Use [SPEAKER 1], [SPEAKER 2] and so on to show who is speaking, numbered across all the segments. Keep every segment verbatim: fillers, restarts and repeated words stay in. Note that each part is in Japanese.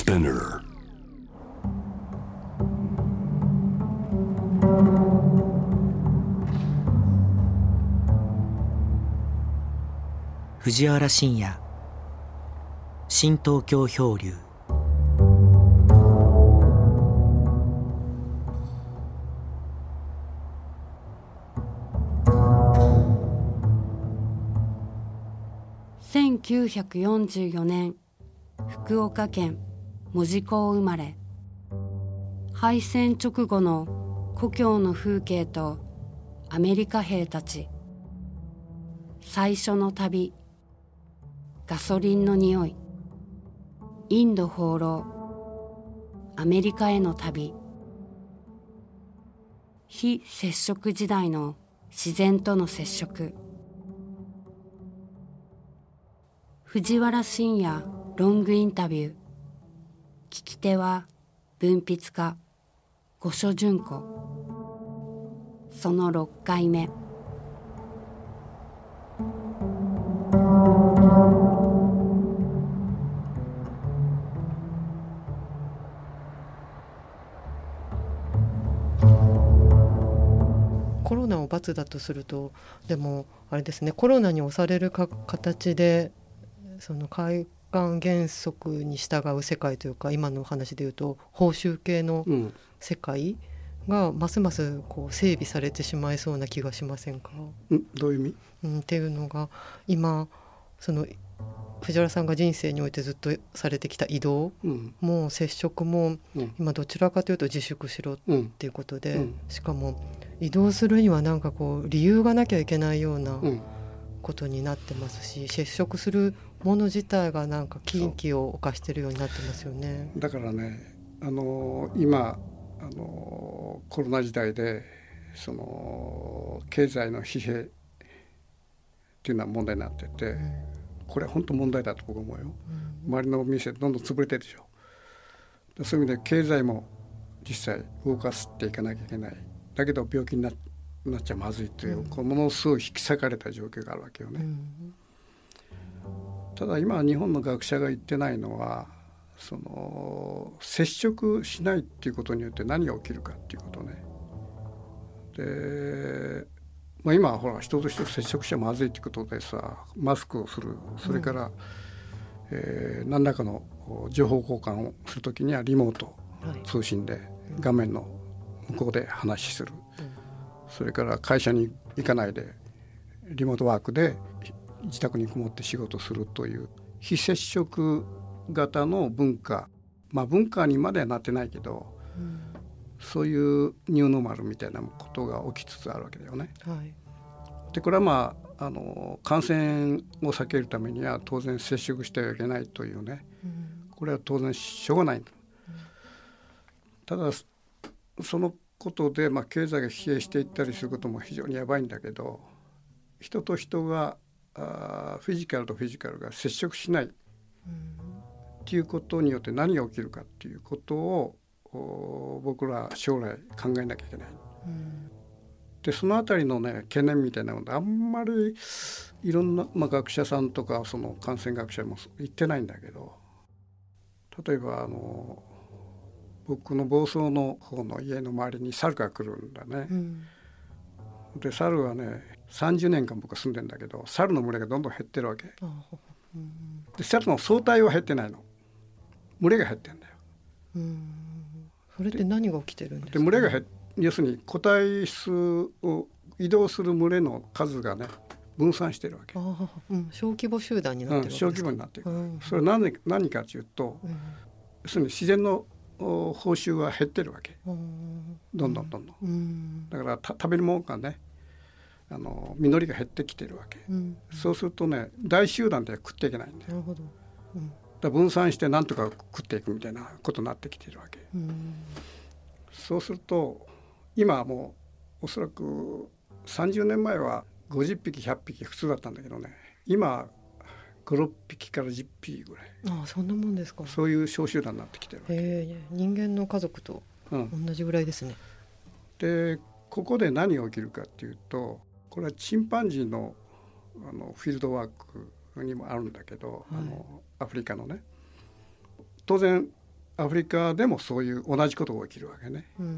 [SPEAKER 1] Spinner.
[SPEAKER 2] 藤原信也、新東京漂流。
[SPEAKER 3] せんきゅうひゃくよんじゅうよねん、福岡県門司港生まれ。敗戦直後の故郷の風景とアメリカ兵たち。最初の旅、ガソリンの匂い、インド放浪、アメリカへの旅。非接触時代の自然との接触。藤原信也ロングインタビュー。聞き手は文筆家五所純子。そのろっかいめ。
[SPEAKER 4] コロナを罰だとすると、でもあれですね、コロナに押されるか形でその海岸原則に従う世界というか、今の話でいうと報酬系の世界がますますこう整備されてしまいそうな気がしませんか？
[SPEAKER 5] うん、どういう意味？
[SPEAKER 4] うん、っていうのが、今その藤原さんが人生においてずっとされてきた移動も接触も今どちらかというと自粛しろっていうことで、しかも移動するにはなんかこう理由がなきゃいけないようなことになってますし、接触するもの自体がなんか禁忌を犯してるようになってますよね。
[SPEAKER 5] だからね、あの今あのコロナ時代でその経済の疲弊っていうのは問題になってて、うん、これは本当問題だと僕は思うよ、うん、周りの店どんどん潰れてるでしょ。そういう意味で経済も実際動かしていかなきゃいけない。だけど病気に な, なっちゃまずいという、うん、こうものすごい引き裂かれた状況があるわけよね、うん、ただ今日本の学者が言ってないのは、その接触しないっていうことによって何が起きるかっていうことね。で、まあ、今はほら人と人と接触しちゃまずいっていうことでさ、マスクをする、それから、うん、えー、何らかの情報交換をするときにはリモート通信で画面の向こうで話する、うん、それから会社に行かないでリモートワークで自宅にこもって仕事するという非接触型の文化、まあ文化にまではなってないけど、うん、そういうニューノーマルみたいなことが起きつつあるわけだよね、はい、でこれはまあ、あの感染を避けるためには当然接触してはいけないというね、うん、これは当然しょうがない、うん、ただそのことで、まあ、経済が疲弊していったりすることも非常にやばいんだけど、人と人があフィジカルとフィジカルが接触しないっていうことによって何が起きるかっていうことを僕ら将来考えなきゃいけない、うん、でそのあたりのね懸念みたいなのであんまりいろんな、まあ、学者さんとかその感染学者も言ってないんだけど、例えばあの僕の房総の方の家の周りに猿が来るんだね、うん、で猿はねさんじゅうねんかん僕は住んでんだけど、猿の群れがどんどん減ってるわけ、うん、で猿の総体は減ってないの、群れが減ってんだよ、うん、
[SPEAKER 4] それって何が起きてるんですか？
[SPEAKER 5] で群れが減っ要するに個体数を移動する群れの数がね分散してるわけ、
[SPEAKER 4] あ、うん、小規模集団になってるわけですか？
[SPEAKER 5] うん、小規模になっていく、うん、それは 何, 何かというと、うん、要するに自然の報酬は減ってるわけ、うん、どんどんどんどん、うん、だから食べるものがねあの実りが減ってきてるわけ、うん、そうするとね大集団では食っていけないんだよ。なるほど、うん、だ分散してなんとか食っていくみたいなことになってきてるわけ、うん、そうすると今はもうおそらくさんじゅうねんまえはごじゅっぴきひゃっぴき普通だったんだけどね、今ご、ろっぴきからじゅっぴきぐらい、
[SPEAKER 4] ああそんなもんですか。そう
[SPEAKER 5] いう小集団になってきてるわけ。
[SPEAKER 4] へ、人間の家族と同じぐらいですね、
[SPEAKER 5] うん、でここで何が起きるかっていうと、これはチンパンジー の, あのフィールドワークにもあるんだけど、はい、あのアフリカのね、当然アフリカでもそういう同じことが起きるわけね。
[SPEAKER 4] うん、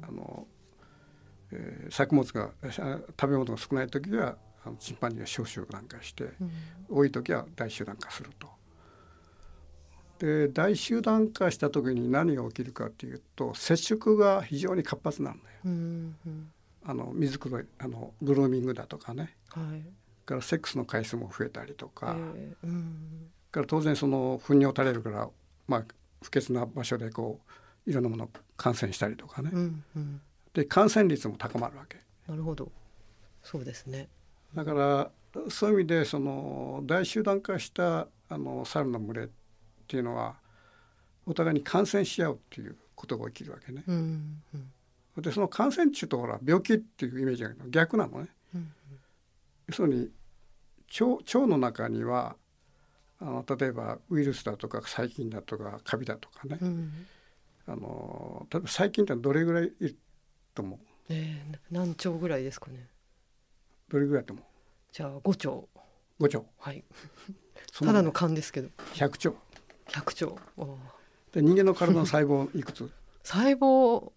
[SPEAKER 5] あの、えー、作物が食べ物が少ない時はあのチンパンジーが小集団化して、うん、多い時は大集団化すると。で大集団化した時に何が起きるかというと接触が非常に活発なんだよ。うんうん、あの水黒いあのグルーミングだとかね、はい、からセックスの回数も増えたりとか、えーうん、から当然その糞尿垂れるから、まあ、不潔な場所でこういろんなものを感染したりとかね、うんうん、で感染率も高まるわけ。
[SPEAKER 4] なるほど、そうですね。
[SPEAKER 5] だからそういう意味でその大集団化したあの猿の群れっていうのはお互いに感染し合うっていうことが起きるわけね、うんうん、でその感染中とほら病気っていうイメージが逆なのね、うんうん、要するに 腸, 腸の中にはあの例えばウイルスだとか細菌だとかカビだとかね、うん、あの例えば細菌ってどれぐらいいると思う？
[SPEAKER 4] えー、何兆ぐらいですかね。
[SPEAKER 5] どれぐらいと思う？
[SPEAKER 4] じゃあご兆。
[SPEAKER 5] ご兆、
[SPEAKER 4] はいただの勘ですけど
[SPEAKER 5] ひゃくちょう。
[SPEAKER 4] ひゃくちょう。
[SPEAKER 5] で人間の体の細胞いくつ？
[SPEAKER 4] 細胞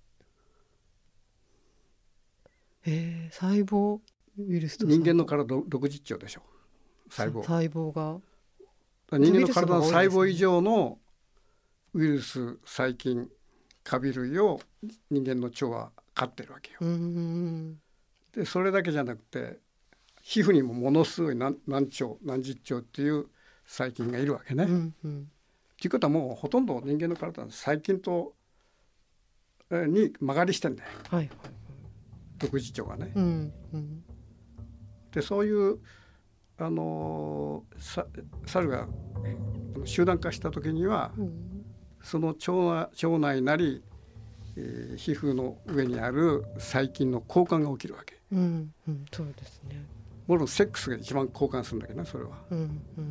[SPEAKER 4] えー、細胞ウイルスと
[SPEAKER 5] 人間の体ろくじゅっちょうでしょ細胞。
[SPEAKER 4] 細胞が
[SPEAKER 5] 人間の体の細胞以上のウイルス細菌カビ類を人間の腸は飼ってるわけよ。うんでそれだけじゃなくて皮膚にもものすごい 何, 何兆何十兆っていう細菌がいるわけね。うんうん、ということはもうほとんど人間の体は細菌とに曲がりしてんだよ、はいはいはい、ろくじゅっちょうがね、うんうん、でそういうあのー、猿が集団化した時には、うん、その 腸, 腸内なり、えー、皮膚の上にある細菌の交換が起きるわけ、
[SPEAKER 4] うんうん、そうですね。
[SPEAKER 5] もろセックスが一番交換するんだけどねそれは、うんうん、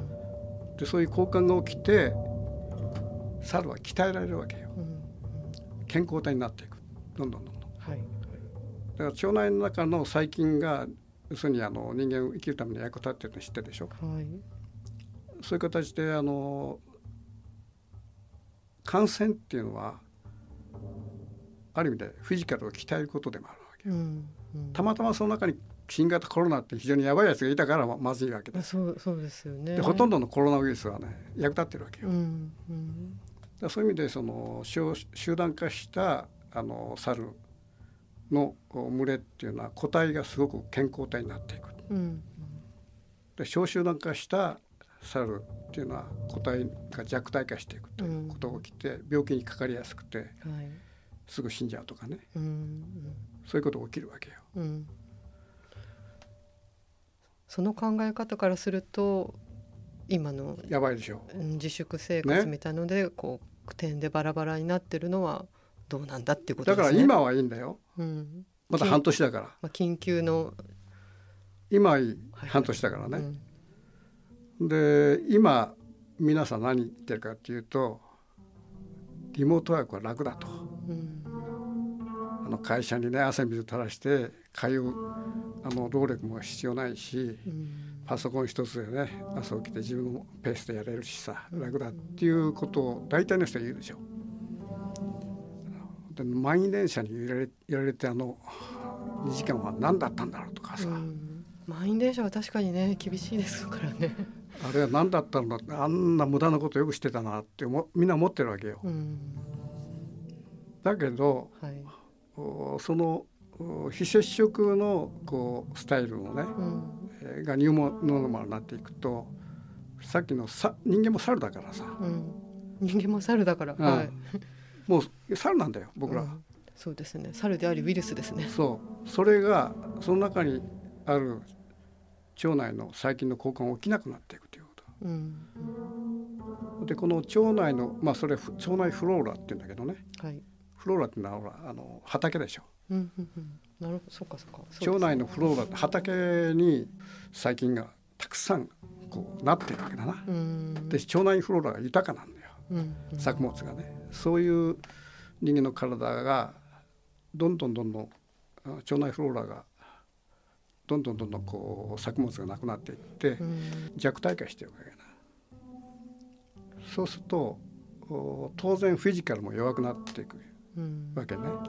[SPEAKER 5] でそういう交換が起きて猿は鍛えられるわけよ、うんうん、健康体になっていくどんどんどんどん、はいはい、だから腸内の中の細菌が要するにあの人間を生きるために役立っているの知ってるでしょ、はい、そういう形であの感染っていうのはある意味でフィジカルを鍛えることでもあるわけよ、うんうん、たまたまその中に新型コロナって非常にやばいやつがいたからまずいわけです。
[SPEAKER 4] そう、そうですよね。
[SPEAKER 5] でほとんどのコロナウイルスはね役立ってるわけよ、うんうん、だそういう意味でその集団化したあの猿の群れっていうのは個体がすごく健康体になっていく、うんうん、で小集団化した猿っていうのは個体が弱体化していくということが起きて、うん、病気にかかりやすくて、はい、すぐ死んじゃうとかね、うんうん、そういうことが起きるわけよ、うん、
[SPEAKER 4] その考え方からすると今の
[SPEAKER 5] やばいでしょ
[SPEAKER 4] 自粛生活みたいので、ね、こう点でバラバラになってるのはどうなんだっていうことですね。
[SPEAKER 5] だから今はいいんだよ、うん、まだ半年だから、
[SPEAKER 4] まあ、緊急の
[SPEAKER 5] 今はいい半年だからね、はいはいうん、で今皆さん何言ってるかっていうとリモートワークは楽だと、うん、あの会社にね汗水垂らして通うあの労力も必要ないし、うん、パソコン一つでね朝起きて自分のペースでやれるしさ楽だっていうことを大体の人は言うでしょ。で満員電車に揺られ、揺られてあのにじかんは何だったんだろうとかさ、うん、
[SPEAKER 4] 満員電車は確かにね厳しいですからね
[SPEAKER 5] あれは何だったんだあんな無駄なことよくしてたなってみんな思ってるわけよ、うん、だけど、はい、その非接触のこうスタイルのね、うん、がニューノーマルになっていくとさっきのさ人間も猿だからさ、うん、
[SPEAKER 4] 人間も猿だから、うんはい
[SPEAKER 5] もう猿なんだよ僕ら、うん、
[SPEAKER 4] そうですね猿でありウイルスですね。
[SPEAKER 5] そうそれがその中にある腸内の細菌の交換が起きなくなっていくということ、うん、でこの腸内のまあそれ腸内フローラっていうんだけどね、はい、フローラっていうのはほらあの畑でしょ、うんうんうん、
[SPEAKER 4] なるほどそうかそうか
[SPEAKER 5] そう腸内のフローラって畑に細菌がたくさんこうなってるわけだな、うん、で腸内フローラが豊かなんだよ、うんうん、作物がねそういう人間の体がどんどんどんどん腸内フローラがどんどんどんどんこう作物がなくなっていって弱体化していくわけだ。そうすると当然フィジカルも弱くなっていくわけね、うんはい、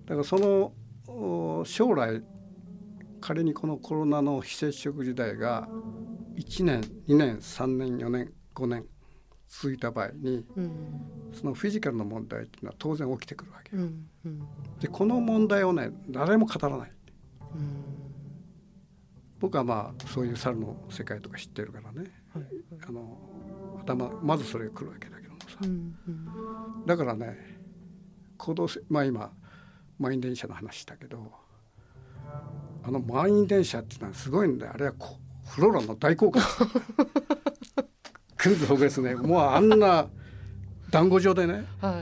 [SPEAKER 5] だからその将来仮にこのコロナの非接触時代がいちねんにねんさんねんよねんごねん続いた場合に、うん、そのフィジカルの問題っていうのは当然起きてくるわけよ、うんうん、でこの問題をね誰も語らない、うん、僕はまあそういう猿の世界とか知ってるからね、はいはい、あの頭まずそれが来るわけだけどもさ、うんうん、だからね行動せ、まあ、今満員電車の話したけどあの満員電車っていうのはすごいんだよ。あれはフローラの大航海クイズほぐれすね。もうあんな団子状でね、はい、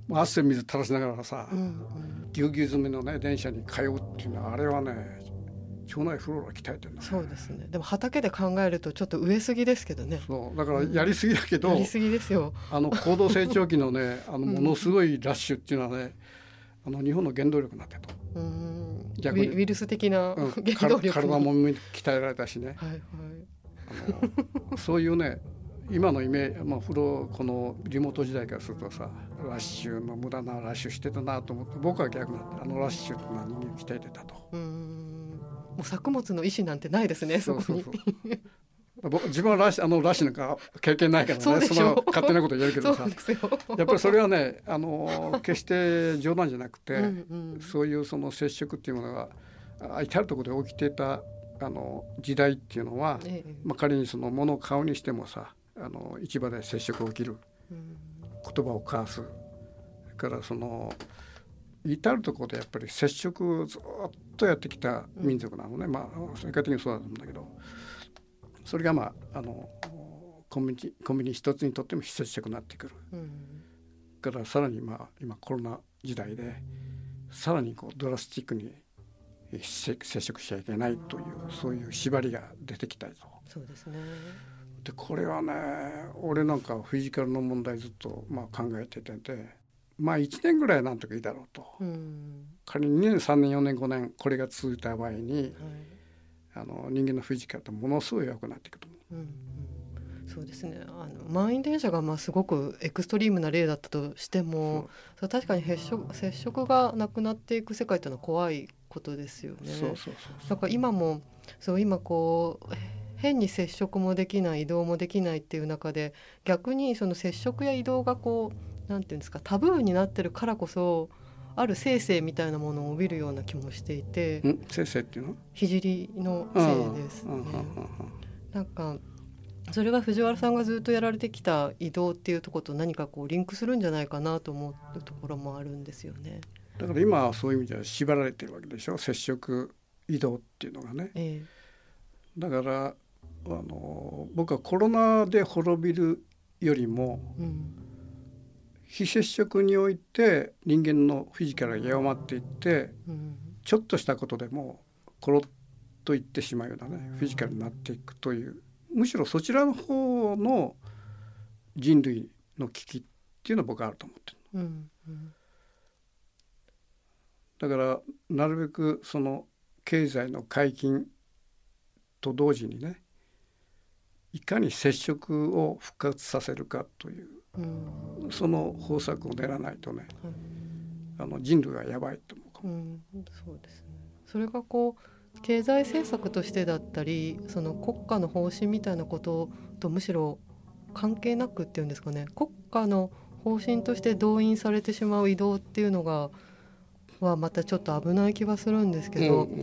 [SPEAKER 5] もう汗水垂らしながらさ、うんうん、ぎゅうぎゅう詰めのね電車に通うっていうのはあれはね腸内フローラ鍛えてるんだね。
[SPEAKER 4] そうですね。でも畑で考えるとちょっと上すぎですけどね。
[SPEAKER 5] そうだからやりすぎだけど、うん、
[SPEAKER 4] やりすぎですよ。
[SPEAKER 5] あの高度成長期のねあのものすごいラッシュっていうのはね、あの日本の原動力になってると。
[SPEAKER 4] うん逆にウイルス的な原動力に、
[SPEAKER 5] うん、体も鍛えられたしね、はいはい、あのそういうね今のイメージ、まあ、フロこのリモート時代からするとさラッシュの無駄なラッシュしてたなと思って、僕は逆なんだ。あのラッシュってのは人間を鍛えてたと。
[SPEAKER 4] うーんもう作物の意思なんてないですね。そこにそうそうそう
[SPEAKER 5] 僕自分はラッシュあのラッシュなんか経験ないからね、 そ, その勝手なこと言えるけどさやっぱりそれはねあの決して冗談じゃなくてうん、うん、そういうその接触っていうものが至るところで起きてたあの時代っていうのは、ええまあ、仮にその物を買うにしてもさあの市場で接触が起きる、うん、言葉を交わすからその至るところでやっぱり接触をずっとやってきた民族なのね、うん、まあ世界的にそうだと思うんだけど、それがまああのコンビニコンビニ一つにとっても非接触になってくる、うん、からさらにまあ今コロナ時代でさらにこうドラスティックに接触しちゃいけないというそういう縛りが出てきたりと。
[SPEAKER 4] そうですね。
[SPEAKER 5] でこれはね俺なんかフィジカルの問題ずっとまあ考えてて、まあいちねんぐらいなんとかいいだろうと、うん、仮ににねんさんねんよねんごねんこれが続いた場合に、はいあの人間のフィジカルってものすごい弱くなっていくと思う、うん
[SPEAKER 4] うん、そうですね。あの満員電車がまあすごくエクストリームな例だったとしても、それ確かに接触、接触がなくなっていく世界というのは怖いことですよね。そうそうそうそう。だから今もそう今こう変に接触もできない移動もできないっていう中で逆にその接触や移動がこうなんていうんですかタブーになってるからこそある生成みたいなものを帯びるような気もしていて、
[SPEAKER 5] ん生成っていうの？
[SPEAKER 4] 聖のせいですね。なんかそれが藤原さんがずっとやられてきた移動っていうところと何かこうリンクするんじゃないかなと思うところもあるんですよね。
[SPEAKER 5] だから今はそういう意味では縛られてるわけでしょ、接触移動っていうのがね、ええ、だからあの僕はコロナで滅びるよりも、うん非接触において人間のフィジカルが弱まっていって、うん、ちょっとしたことでもコロッといってしまうようなねフィジカルになっていくという、むしろそちらの方の人類の危機っていうのは僕はあると思ってる、うんうん、だからなるべくその経済の解禁と同時にねいかに接触を復活させるかといううん、その方策を練らないとね、はい、あの人類はやばいと思うかも、うん、
[SPEAKER 4] そうですね。それがこう経済政策としてだったりその国家の方針みたいなこととむしろ関係なくっていうんですかね、国家の方針として動員されてしまう移動っていうのがはまたちょっと危ない気はするんですけど、うんうんうん、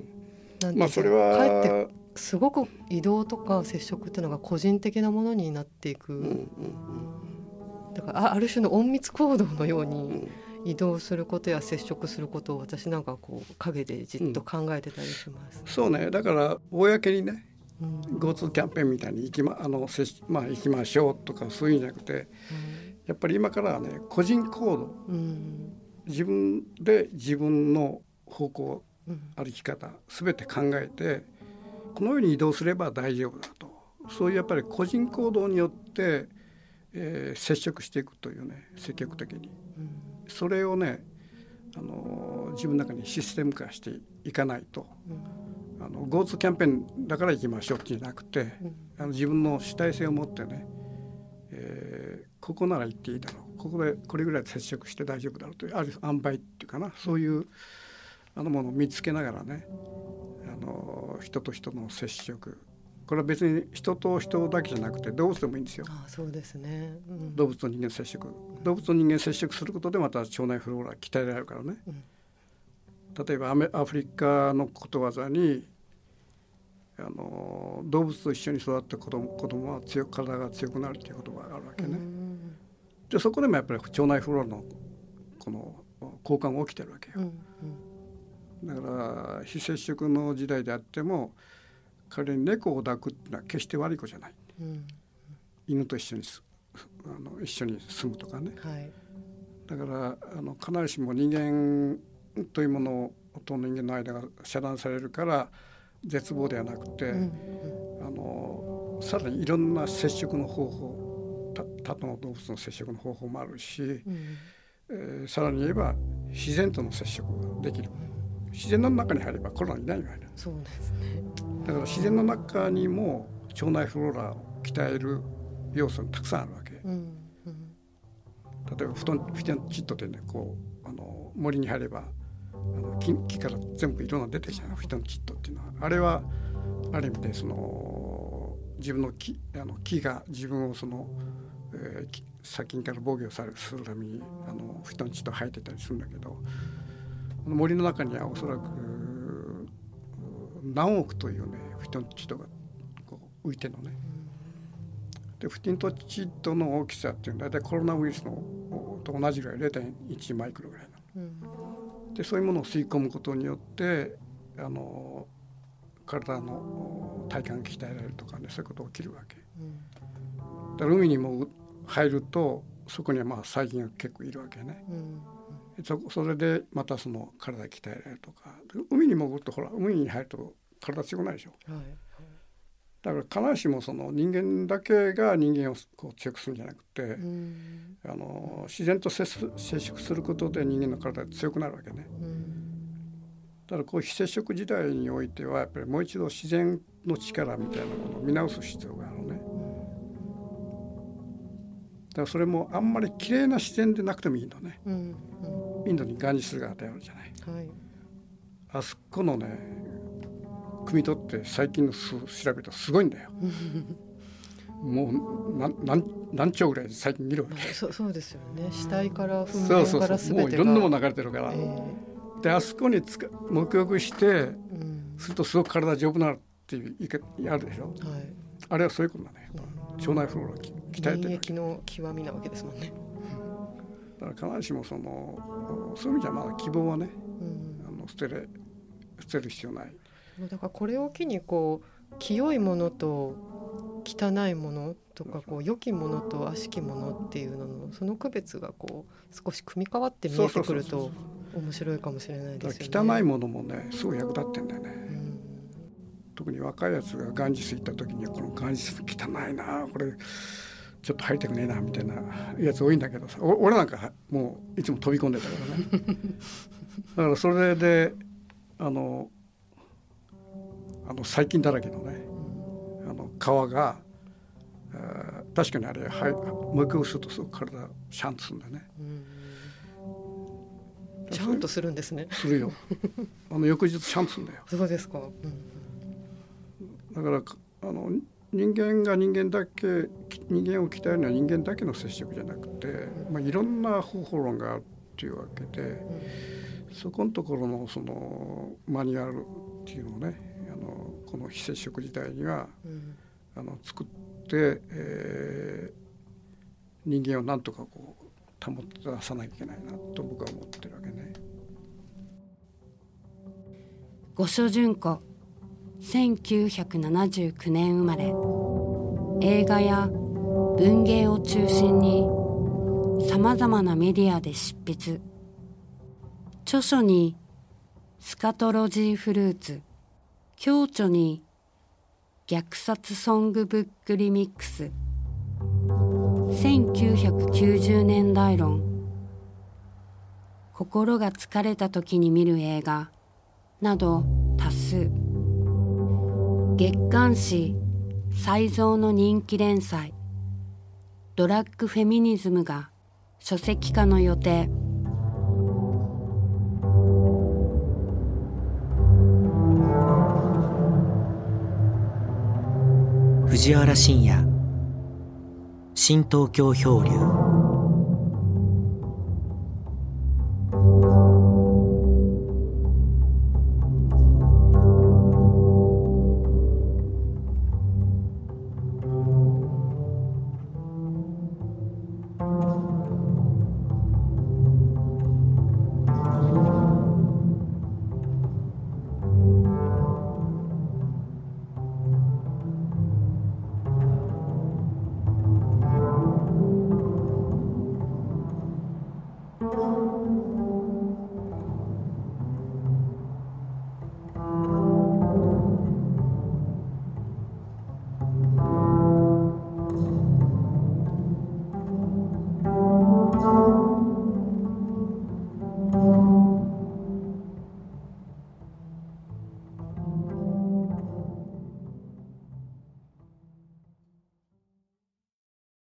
[SPEAKER 4] なんてまあそれはかえってすごく移動とか接触っていうのが個人的なものになっていく、うんうんうんだからある種の隠密行動のように移動することや接触することを私なんかこう陰でじっと考えてたりします、
[SPEAKER 5] うん、そうね。だから公にね、うん、GoTo キャンペーンみたいに行きま、あの、まあ、行きましょうとかそういうんじゃなくて、うん、やっぱり今からはね個人行動、うん、自分で自分の方向、うん、歩き方全て考えてこのように移動すれば大丈夫だと、そういうやっぱり個人行動によってえー、接触していくというね積極的に、うん、それをね、あのー、自分の中にシステム化していかないと、うん、あの GoTo キャンペーンだから行きましょうってじゃなくて、うん、あの自分の主体性を持ってね、 えー、ここなら行っていいだろう、ここでこれぐらい接触して大丈夫だろうというある塩梅っていうかな、そういうあのものを見つけながらね、あの人と人の接触、これは別に人と人だけじゃなくて動物でもいいんですよ。
[SPEAKER 4] ああそうですね、うん、
[SPEAKER 5] 動物と人間接触、動物と人間接触することでまた腸内フローラ鍛えられるからね、うん、例えばアメアフリカのことわざにあの動物と一緒に育った子供、子供は強く体が強くなるという言葉があるわけね、うん、でそこでもやっぱり腸内フローラのこの交換が起きてるわけよ、うんうん、だから非接触の時代であっても仮に猫を抱くっていうのは決して悪い子じゃない、うん、犬と一緒にあの一緒に住むとかね、はい、だからあの必ずしも人間というものと人間の間が遮断されるから絶望ではなくて、うんうん、あのさらにいろんな接触の方法、他との動物の接触の方法もあるし、うんえー、さらに言えば自然との接触ができる。自然の中に入ればコロナいないわけだ。
[SPEAKER 4] そうですね。
[SPEAKER 5] だから自然の中にも腸内フローラを鍛える要素がたくさんあるわけ、うんうん、例えばフトンフィテンチッドってね、こうあの森に入ればあの 木, 木から全部色が出てきちゃう、フィテンチッドっていうのはあれはある意味でその自分の 木, あの木が自分をその、えー、殺菌から防御されするためにあのフィテンチッド生えてたりするんだけど、森の中にはおそらく何億というねフィテンチッドがこう浮いてるのね。でフィテンチッドの大きさっていうのは大体コロナウイルスのと同じぐらい ゼロてんいち マイクロぐらいの、うん、でそういうものを吸い込むことによってあの体の体幹が鍛えられるとかね、そういうことが起きるわけ、うん、だから海にも入るとそこにはまあ細菌が結構いるわけね、うん、そ, それでまたその体鍛えられるとか、海に潜るとほら海に入ると体強くないでしょ、はい、だから必ずしもその人間だけが人間をこう強くするんじゃなくて、うん、あの自然と接触することで人間の体が強くなるわけね、うん、だからこう非接触時代においてはやっぱりもう一度自然の力みたいなものを見直す必要があるのね、うん、だからそれもあんまり綺麗な自然でなくてもいいのね、うんうん、インドにガンジス川ってあるじゃない、はい、あそこのね汲み取って最近の数調べるとすごいんだよもう何何何兆ぐらい最近見るわけ、
[SPEAKER 4] そ, そうですよね、死体から糞便から全てがそうそうそう、もう
[SPEAKER 5] いろんなもの流れてるから、えー、であそこにつか沐浴して、うん、するとすごく体丈夫になるっていう言い方あるでしょ、はい、あれはそういうことなのよ、腸内フローラ鍛えてる
[SPEAKER 4] 免疫の極みなわけですもんね
[SPEAKER 5] だから必ずしもそのそういう意味じゃまだ希望はね、うん、あの捨てれ捨てる必要ない。
[SPEAKER 4] だからこれを機にこう清いものと汚いものとかこう良きものと悪しきものっていうののその区別がこう少し組み替わって見えてくると面白いかもしれないですよね。
[SPEAKER 5] だから汚いものもねすごい役立ってんだよね、うん、特に若いやつがガンジス行った時にはこのガンジス汚いなこれちょっと入りたくねえなみたいなやつ多いんだけどさ、俺なんかもういつも飛び込んでたからねだからそれであのあの細菌だらけのねあの皮が確かにあれ、はい、もう一回するとすごく体シャンとするんだよね、
[SPEAKER 4] うん、シャンとするんですね。
[SPEAKER 5] するよあの翌日シャンとするんだよ。
[SPEAKER 4] そうですか、
[SPEAKER 5] うん、だからあの人間が人間だけ人間を鍛えるのは人間だけの接触じゃなくて、うんまあ、いろんな方法論があるっていうわけで、うん、そこのところのそのマニュアルっていうのをねあのこの非接触時代には、うん、あの作って、えー、人間をなんとかこう保って出さなきゃいけないなと僕は思ってるわけね。
[SPEAKER 3] 五所淳子せんきゅうひゃくななじゅうきゅうねん生まれ、映画や文芸を中心にさまざまなメディアで執筆、著書にスカトロジーフルーツ、共著に虐殺ソングブックリミックス、せんきゅうひゃくきゅうじゅうねんだい論、心が疲れた時に見る映画など多数。月刊誌才蔵の人気連載ドラッグフェミニズムが書籍化の予定。
[SPEAKER 2] 藤原信也、新東京漂流。